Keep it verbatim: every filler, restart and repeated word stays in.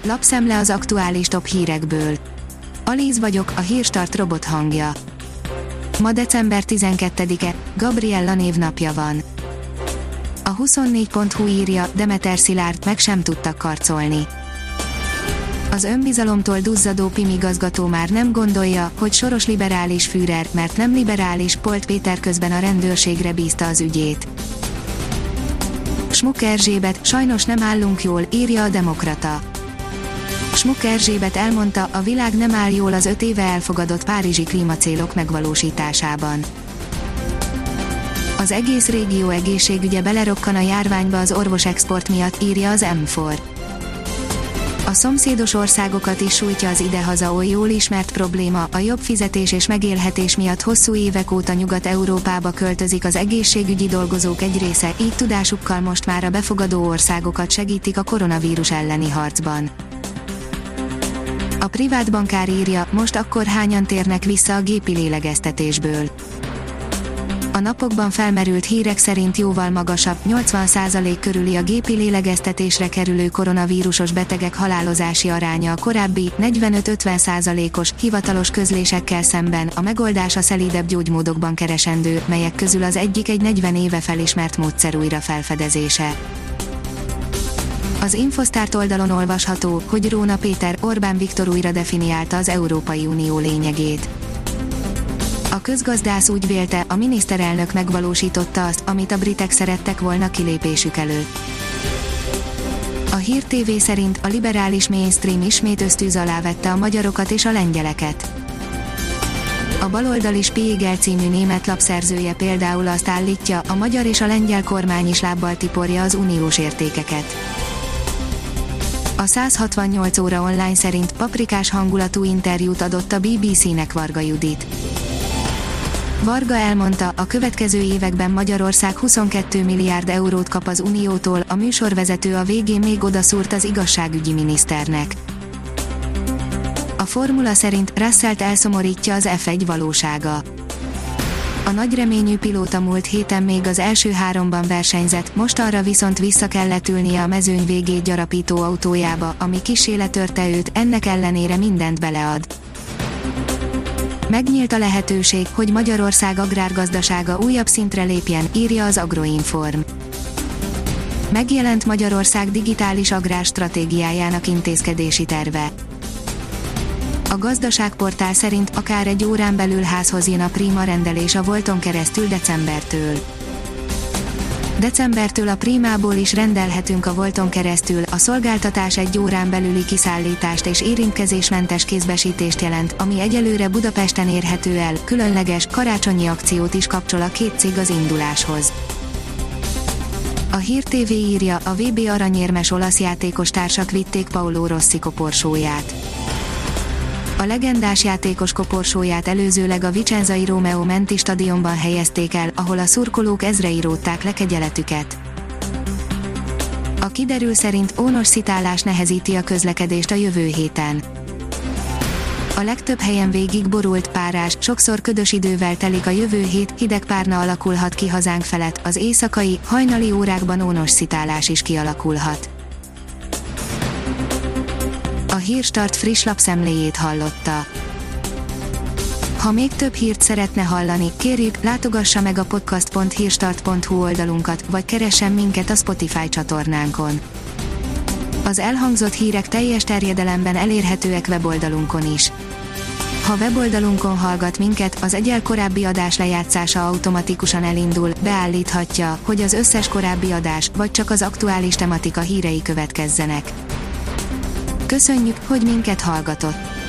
Lapszemle az aktuális top hírekből. Alíz vagyok, a Hírstart robot hangja. Ma december tizenkettedike, Gabriella névnapja van. A huszonnégy pont hu írja, Demeter Szilárd meg sem tudtak karcolni. Az önbizalomtól duzzadó pé i em igazgató már nem gondolja, hogy soros liberális Führer, mert nem liberális, Polt Péter közben a rendőrségre bízta az ügyét. Schmuck Erzsébet, sajnos nem állunk jól, írja a Demokrata. Schmuck Erzsébet elmondta, a világ nem áll jól az öt éve elfogadott párizsi klímacélok megvalósításában. Az egész régió egészségügye belerokkan a járványba az orvosexport miatt, írja az em négy. A szomszédos országokat is sújtja az idehaza oly jól ismert probléma, a jobb fizetés és megélhetés miatt hosszú évek óta Nyugat-Európába költözik az egészségügyi dolgozók egy része, így tudásukkal most már a befogadó országokat segítik a koronavírus elleni harcban. A privát bankár írja, most akkor hányan térnek vissza a gépi lélegeztetésből. A napokban felmerült hírek szerint jóval magasabb, nyolcvan százalék körüli a gépi lélegeztetésre kerülő koronavírusos betegek halálozási aránya a korábbi negyvenöt-ötven százalékos hivatalos közlésekkel szemben. A megoldás a szelídebb gyógymódokban keresendő, melyek közül az egyik egy negyven éve felismert módszer újra felfedezése. Az Infosztárt oldalon olvasható, hogy Róna Péter, Orbán Viktor újra definiálta az Európai Unió lényegét. A közgazdász úgy vélte, a miniszterelnök megvalósította azt, amit a britek szerettek volna kilépésük előtt. A Hír té vé szerint a liberális mainstream ismét ösztűz alá vette a magyarokat és a lengyeleket. A baloldali Spiegel című német lapszerzője például azt állítja, a magyar és a lengyel kormány is lábbal tiporja az uniós értékeket. A száz hatvannyolc óra online szerint paprikás hangulatú interjút adott a bé bé cé-nek Varga Judit. Varga elmondta, a következő években Magyarország huszonkettő milliárd eurót kap az Uniótól, a műsorvezető a végén még odaszúrt az igazságügyi miniszternek. A formula szerint Russellt elszomorítja az ef egy valósága. A nagyreményű pilóta múlt héten még az első háromban versenyzett, mostanra viszont vissza kellett ülnie a mezőny végét gyarapító autójába, ami kissé letörte őt, ennek ellenére mindent belead. Megnyílt a lehetőség, hogy Magyarország agrárgazdasága újabb szintre lépjen, írja az Agroinform. Megjelent Magyarország digitális agrárstratégiájának intézkedési terve. A gazdaságportál szerint akár egy órán belül házhoz jön a Prima rendelés a Volton keresztül decembertől. Decembertől a Primából is rendelhetünk a Volton keresztül, a szolgáltatás egy órán belüli kiszállítást és érintkezésmentes kézbesítést jelent, ami egyelőre Budapesten érhető el, különleges, karácsonyi akciót is kapcsol a két cég az induláshoz. A Hír té vé írja, a vé bé aranyérmes olasz játékos társak vitték Paolo Rossi koporsóját. A legendás játékos koporsóját előzőleg a vicenzai Romeo Menti stadionban helyezték el, ahol a szurkolók ezrei rótták le kegyeletüket. A kiderül szerint ónos szitálás nehezíti a közlekedést a jövő héten. A legtöbb helyen végig borult, párás, sokszor ködös idővel telik a jövő hét, hideg párna alakulhat ki hazánk felett, az éjszakai, hajnali órákban ónos szitálás is kialakulhat. A Hírstart friss lapszemléjét hallotta. Ha még több hírt szeretne hallani, kérjük, látogassa meg a podcast pont hírstart pont hu oldalunkat, vagy keressen minket a Spotify csatornánkon. Az elhangzott hírek teljes terjedelemben elérhetőek weboldalunkon is. Ha weboldalunkon hallgat minket, az egyel korábbi adás lejátszása automatikusan elindul, beállíthatja, hogy az összes korábbi adás, vagy csak az aktuális tematika hírei következzenek. Köszönjük, hogy minket hallgatott!